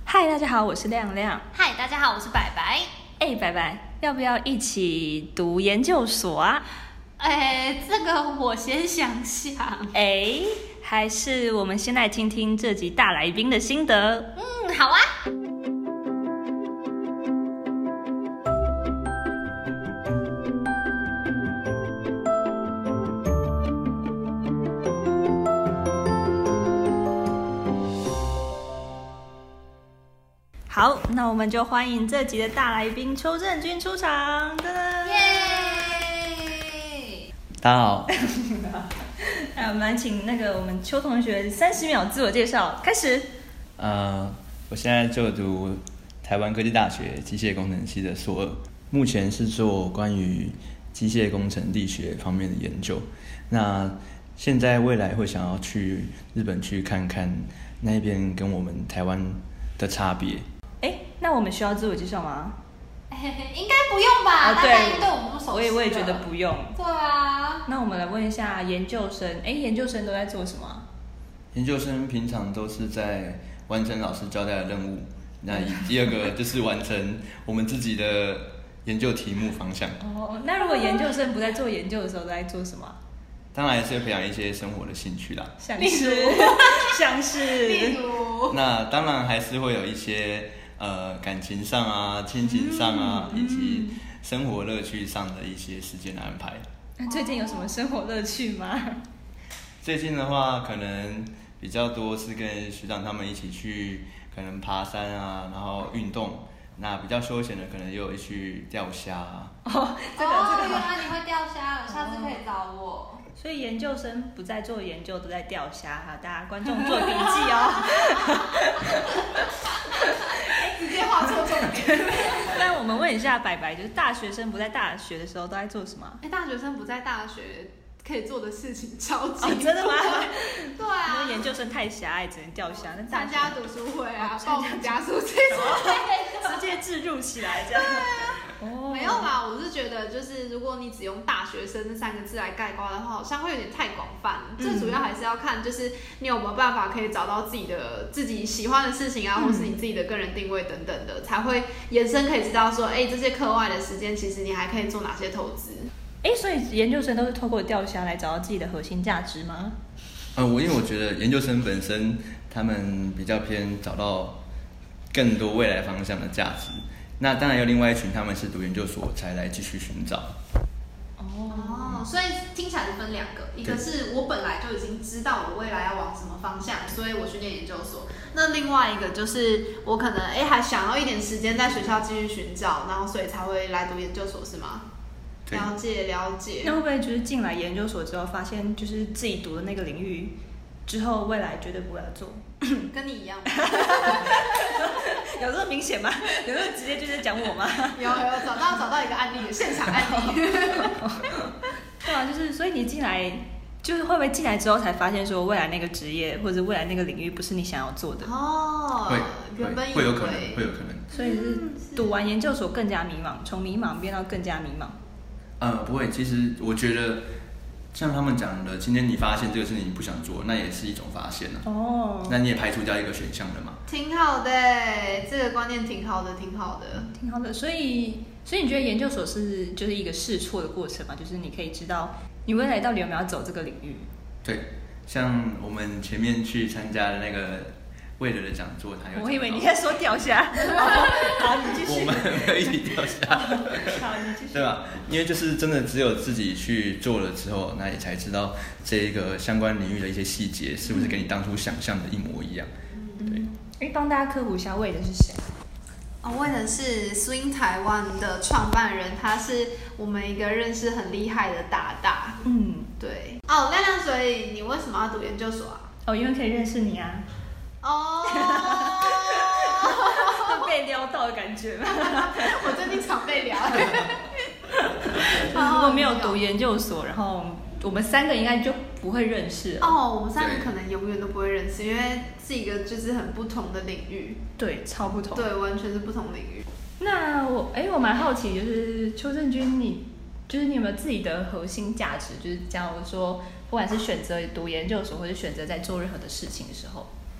嗨，大家好，我是亮亮。 嗨，大家好，我是白白。 白白，要不要一起读研究所啊？ 这个我先想想。 还是我们先来听听这集大来宾的心得。 好啊。 好，那我们就欢迎这集的大来宾邱正军出场。 耶！ 大家好。 我们来请我们邱同学30秒自我介绍，开始。 我现在就读台湾科技大学机械工程系的硕2，目前是做关于机械工程力学方面的研究。那现在未来会想要去日本去看看那边跟我们台湾的差别。 那我们需要自我介绍吗？ 应该不用吧？大家应该对我们不熟悉。 我也觉得不用。 对啊。 那我们来问一下研究生，研究生都在做什么？ 研究生平常都是在完成老师交代的任务，那第二个就是完成我们自己的研究题目方向。 那如果研究生不在做研究的时候，都在做什么？ 当然是培养一些生活的兴趣啦， 像是， 例如， 那当然还是会有一些感情上啊、亲情上啊，以及生活乐趣上的一些时间的安排。 那最近有什么生活乐趣吗？ 最近的话，可能比较多是跟学长他们一起去，可能爬山啊，然后运动。那比较休闲的，可能也有去钓虾啊。 这个原来你会钓虾了，下次可以找我。 所以研究生不在做研究，都在钓虾哈，大家观众做笔记哦。 直接画错重点。 那我们问一下白白，就是大学生不在大学的时候都在做什么？ 大学生不在大学可以做的事情超级多。 真的吗？ 对啊。 因为研究生太狭隘，只能钓虾。那参加读书会啊，报名加速这种， 直接置入起来这样。 没有啦，我是觉得就是如果你只用大学生这3个字来概括的话，好像会有点太广泛了。最主要还是要看就是你有没有办法可以找到自己喜欢的事情啊，或是你自己的个人定位等等的，才会延伸可以知道说，这些课外的时间其实你还可以做哪些投资。 所以研究生都是透过钓虾来找到自己的核心价值吗？ 因为我觉得研究生本身他们比较偏找到更多未来方向的价值。那当然有另外一群，他们是读研究所才来继续寻找。 所以听起来是分2个，一个是我本来就已经知道我未来要往什么方向，所以我去念研究所。那另外一个就是我可能还想要一点时间在学校继续寻找，然后所以才会来读研究所，是吗？了解。 那会不会就是进来研究所之后，发现就是自己读的那个领域之后，未来绝对不会要做？ 跟你一样。 有这么明显吗？有没有直接就是讲我吗？ 有找到一个案例，现场案例。 对啊，就是所以你进来，就是会不会进来之后才发现说未来那个职业或者未来那个领域不是你想要做的？ 原本会有可能。 所以是读完研究所更加迷茫，从迷茫变到更加迷茫。 不会，其实我觉得像他们讲的，今天你发现这个事情你不想做，那也是一种发现啊。那你也排除掉一个选项了嘛？ 挺好的，这个观念挺好的。 所以你觉得研究所就是一个试错的过程嘛？就是你可以知道你未来到底有没有要走这个领域？ 对，像我们前面去参加的那个魏德的讲座，他有。 我以为你在说钓虾。好，你继续。 我们没有一起钓虾。 好，你继续。 对吧？因为就是真的只有自己去做了之后，那也才知道这一个相关领域的一些细节是不是跟你当初想象的一模一样。 对。帮大家科普一下魏德是谁？ 魏德是 Swing 台湾的创办人，他是我们一个认识很厉害的大大。对。亮亮，所以你为什么要读研究所啊？ 因为可以认识你啊。被撩到的感觉吗？ 我最近常被撩。 如果没有读研究所，然后我们3个应该就不会认识。 我们3个可能永远都不会认识，因为是一个就是很不同的领域。 对，超不同。 对，完全是不同领域。 那我蛮好奇，就是邱正军，你有没有自己的核心价值？就是假如说，不管是选择读研究所，或者选择在做任何的事情的时候。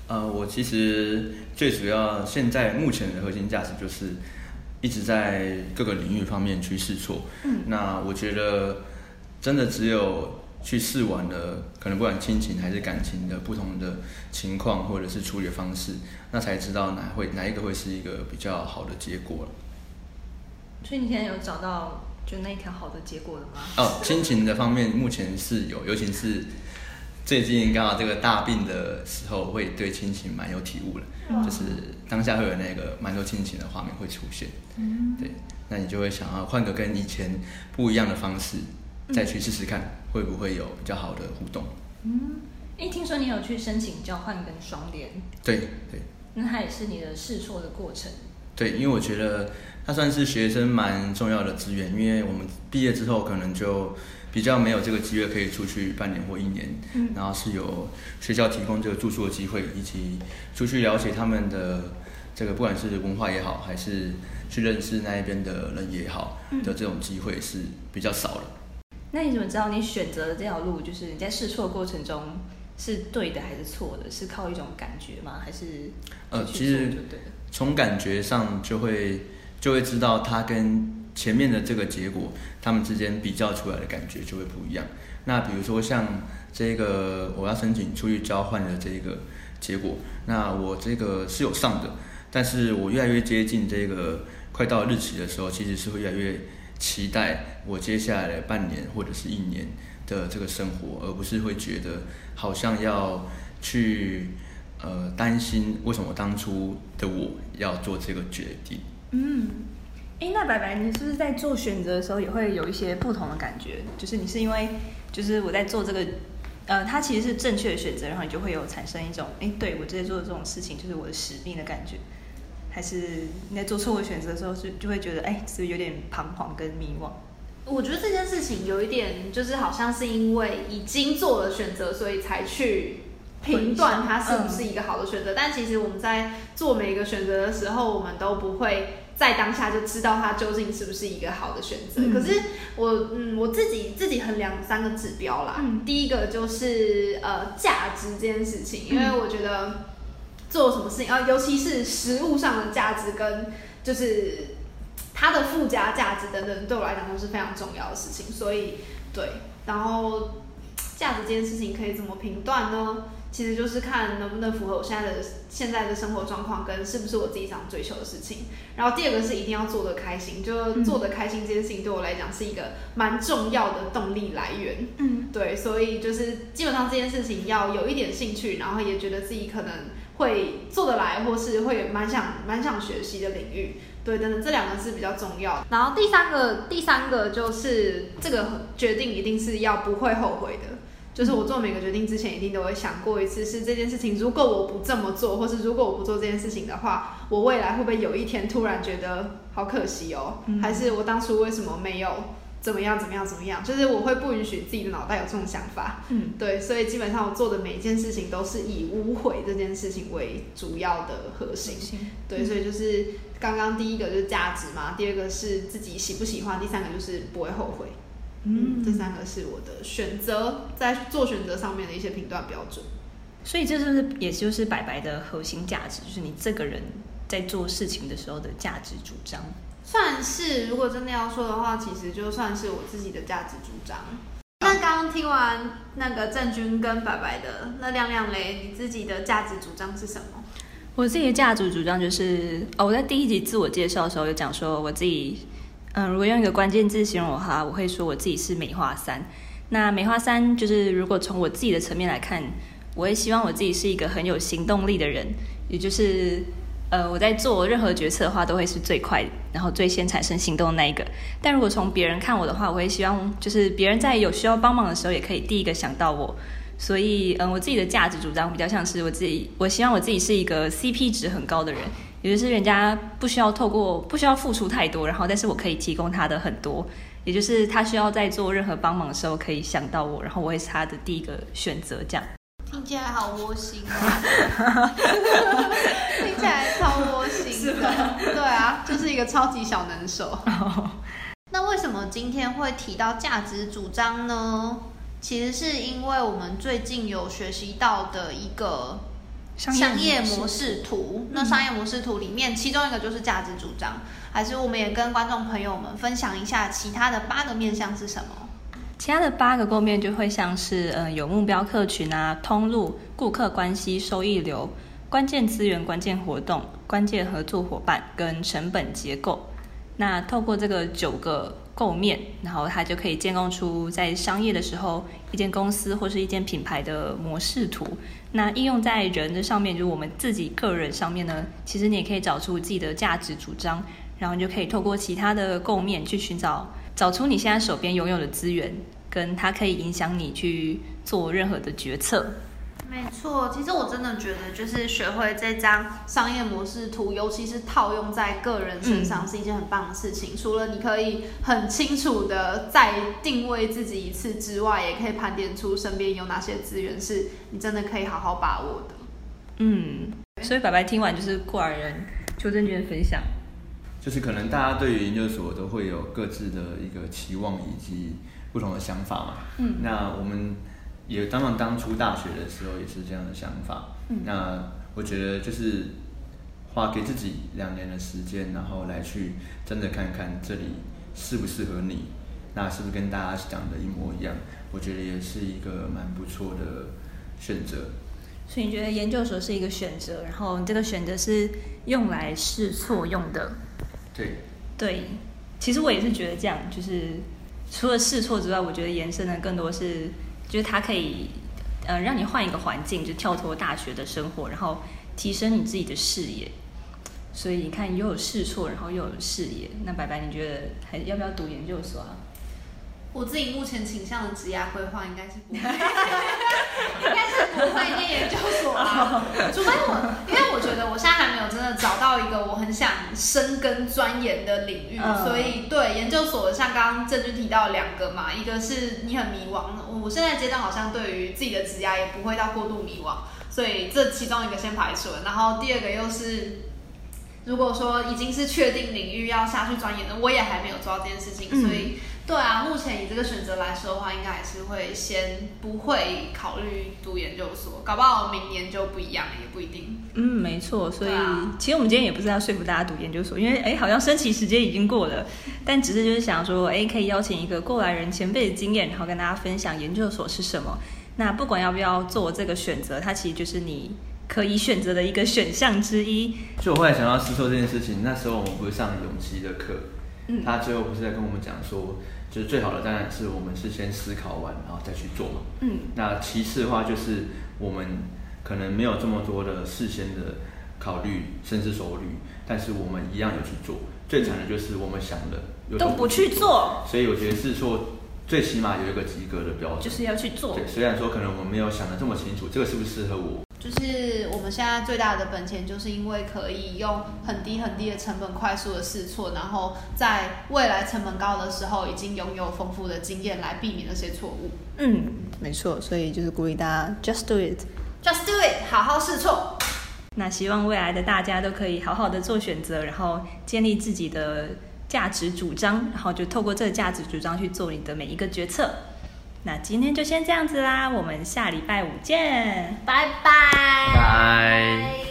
我其实最主要现在目前的核心价值就是一直在各个领域方面去试错。那我觉得真的只有去试完了，可能不管亲情还是感情的不同的情况或者是处理的方式，那才知道哪一个会是一个比较好的结果了。 所以你现在有找到就那一条好的结果了吗？ 亲情的方面目前是有，尤其是最近刚好这个大病的时候，会对亲情蛮有体悟的，就是当下会有那个蛮多亲情的画面会出现。对，那你就会想要换个跟以前不一样的方式，再去试试看，会不会有比较好的互动。 听说你有去申请交换跟双联？ 对， 那它也是你的试错的过程。 对，因为我觉得它算是学生蛮重要的资源，因为我们毕业之后可能就比较没有这个机会可以出去半年或1年，然后是有学校提供这个住宿的机会，以及出去了解他们的这个不管是文化也好，还是去认识那一边的人也好的这种机会是比较少的。 那你怎么知道你选择的这条路，就是你在试错的过程中是对的还是错的？是靠一种感觉吗？还是其实从感觉上就会知道它跟前面的这个结果，他们之间比较出来的感觉就会不一样。那比如说像这个我要申请出去交换的这个结果，那我这个是有上的，但是我越来越接近这个快到日期的时候，其实是会越来越期待我接下来的半年或者是1年的这个生活，而不是会觉得好像要去担心为什么当初的我要做这个决定。 那白白，你是不是在做选择的时候也会有一些不同的感觉？就是你是因为就是我在做这个它其实是正确的选择，然后你就会有产生一种对我在做的这种事情就是我的使命的感觉，还是你在做错误选择的时候就会觉得是不是有点彷徨跟迷惘？ 我觉得这件事情有一点就是好像是因为已经做了选择，所以才去评断它是不是一个好的选择。但其实我们在做每一个选择的时候，我们都不会在当下就知道它究竟是不是一个好的选择。可是我自己衡量3个指标啦。第一个就是价值这件事情，因为我觉得做什么事情尤其是实物上的价值跟就是它的附加价值等等，对我来讲都是非常重要的事情。所以然后价值这件事情可以怎么评断呢？其实就是看能不能符合我现在的生活状况，跟是不是我自己想追求的事情。然后第二个是一定要做得开心，就做得开心这件事情对我来讲是一个蛮重要的动力来源。对，所以就是基本上这件事情要有一点兴趣，然后也觉得自己可能会做得来，或是会蛮想学习的领域。对，等等，这2个是比较重要的。然后第三个就是这个决定一定是要不会后悔的。就是我做每个决定之前，一定都会想过一次，是这件事情如果我不这么做，或是如果我不做这件事情的话，我未来会不会有一天突然觉得好可惜哦？还是我当初为什么没有怎么样？就是我会不允许自己的脑袋有这种想法。对，所以基本上我做的每一件事情都是以无悔这件事情为主要的核心。对，所以就是刚刚第一个就是价值嘛，第二个是自己喜不喜欢，第3个就是不会后悔。这3个是我的选择，在做选择上面的一些评断标准。 所以这是不是也就是白白的核心价值，就是你这个人在做事情的时候的价值主张？ 算是，如果真的要说的话，其实就算是我自己的价值主张。那刚刚听完那个郑鈞跟白白的，那亮亮嘞，你自己的价值主张是什么？ 我自己的价值主张就是我在第1集自我介绍的时候有讲说我自己如果用一个关键字形容我会说我自己是梅花3。那梅花3就是如果从我自己的层面来看，我会希望我自己是一个很有行动力的人，也就是我在做任何决策的话都会是最快然后最先产生行动的那一个。但如果从别人看我的话，我会希望就是别人在有需要帮忙的时候也可以第一个想到我。所以我自己的价值主张比较像是我希望我自己是一个 CP 值很高的人，也就是人家不需要付出太多，然后但是我可以提供他的很多，也就是他需要在做任何帮忙的时候可以想到我，然后我会是他的第一个选择。这样听起来好窝心听起来超窝心的。对啊，就是一个超级小能手。那为什么今天会提到价值主张呢？其实是因为我们最近有学习到的一个商业模式图。那商业模式图里面，其中一个就是价值主张，还是我们也跟观众朋友们分享一下其他的8个面向是什么？ 其他的8个构面就会像是有目标客群啊、通路、顾客关系、收益流、关键资源、关键活动、关键合作伙伴跟成本结构。那透过这个9个构面，然后它就可以建构出在商业的时候一间公司或是一间品牌的模式图。那应用在人的上面，就是我们自己个人上面呢，其实你也可以找出自己的价值主张，然后你就可以透过其他的构面去找出你现在手边拥有的资源，跟它可以影响你去做任何的决策。 没错，其实我真的觉得，就是学会这张商业模式图，尤其是套用在个人身上，是一件很棒的事情。除了你可以很清楚的再定位自己一次之外，也可以盘点出身边有哪些资源是你真的可以好好把握的。 所以白白听完就是过来人邱正娟分享， 就是可能大家对于研究所都会有各自的一个期望以及不同的想法嘛。那我们也当初大学的时候也是这样的想法。那我觉得就是给自己2年的时间，然后来去真的看看这里适不适合你，那是不是跟大家讲的一模一样？我觉得也是一个蛮不错的选择。 所以你觉得研究所是一个选择，然后这个选择是用来试错用的？对，其实我也是觉得这样，就是除了试错之外，我觉得延伸的更多是，就是它可以让你换一个环境，就跳脱大学的生活，然后提升你自己的视野。所以你看，又有试错，然后又有视野。那白白，你觉得还要不要读研究所啊？ 我自己目前倾向的职业规划应该是不会，应该是不会念研究所啦。除非因为我觉得我现在还没有真的找到一个我很想深耕钻研的领域，所以对研究所像刚刚郑钧提到2个嘛，一个是你很迷惘，我现在阶段好像对于自己的职业也不会到过度迷惘，所以这其中一个先排除了。然后第2个又是，如果说已经是确定领域要下去钻研的，我也还没有做到这件事情，所以对啊，目前以这个选择来说的话，应该还是会先不会考虑读研究所，搞不好明年就不一样，也不一定。 没错，所以其实我们今天也不是要说服大家读研究所，因为好像升旗时间已经过了，但只是就是想说，可以邀请一个过来人前辈的经验，然后跟大家分享研究所是什么。那不管要不要做这个选择，它其实就是你可以选择的一个选项之一。 就我后来想到试错这件事情，那时候我们不是上永琪的课，他最后不是在跟我们讲说，就是最好的当然是我们是先思考完，然后再去做嘛。那其次的话就是我们可能没有这么多的事先的考虑深思熟虑，但是我们一样有去做。最惨的就是我们想的都不去做， 所以我觉得试错最起码有一个及格的标准， 就是要去做。 对，虽然说可能我们没有想得这么清楚，这个是不是适合我？ 就是我们现在最大的本钱，就是因为可以用很低很低的成本快速的试错，然后在未来成本高的时候，已经拥有丰富的经验来避免那些错误。 没错，所以就是鼓励大家 just do it， 好好试错。 那希望未来的大家都可以好好的做选择，然后建立自己的价值主张，然后就透过这个价值主张去做你的每一个决策。那今天就先这样子啦，我们下礼拜5见， 拜拜。